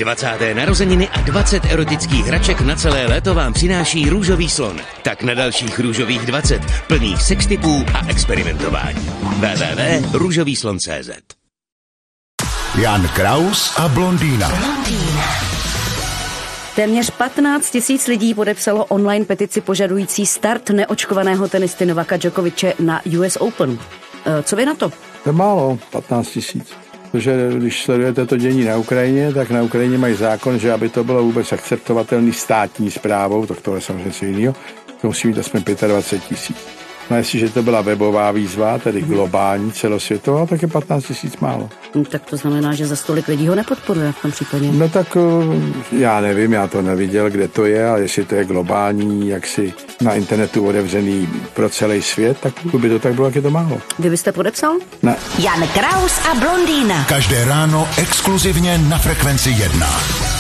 20. narozeniny a 20 erotických hraček na celé léto vám přináší Růžový slon. Tak na dalších růžových 20, plných sextipů a experimentování. www.růžovýslon.cz. Jan Kraus a blondýna. Téměř 15 000 lidí podepsalo online petici požadující start neočkovaného tenisty Novaka Djokoviče na US Open. Co vy na to? To je málo, 15 000. Protože když sledujete to dění na Ukrajině, tak na Ukrajině mají zákon, že aby to bylo vůbec akceptovatelný státní správou, tak to je samozřejmě něco jiného, to musí mít aspoň 25 000. No jestliže to byla webová výzva, tedy globální, celosvětová, tak je 15 000 málo. Tak to znamená, že za stolik lidí ho nepodporuje v tom případě. No tak já nevím, já to neviděl, kde to je, ale jestli to je globální, jaksi na internetu otevřený pro celý svět, tak by to tak bylo, jak je to málo. Vy byste podepsal? Ne. Jan Kraus a blondýna. Každé ráno exkluzivně na Frekvenci 1.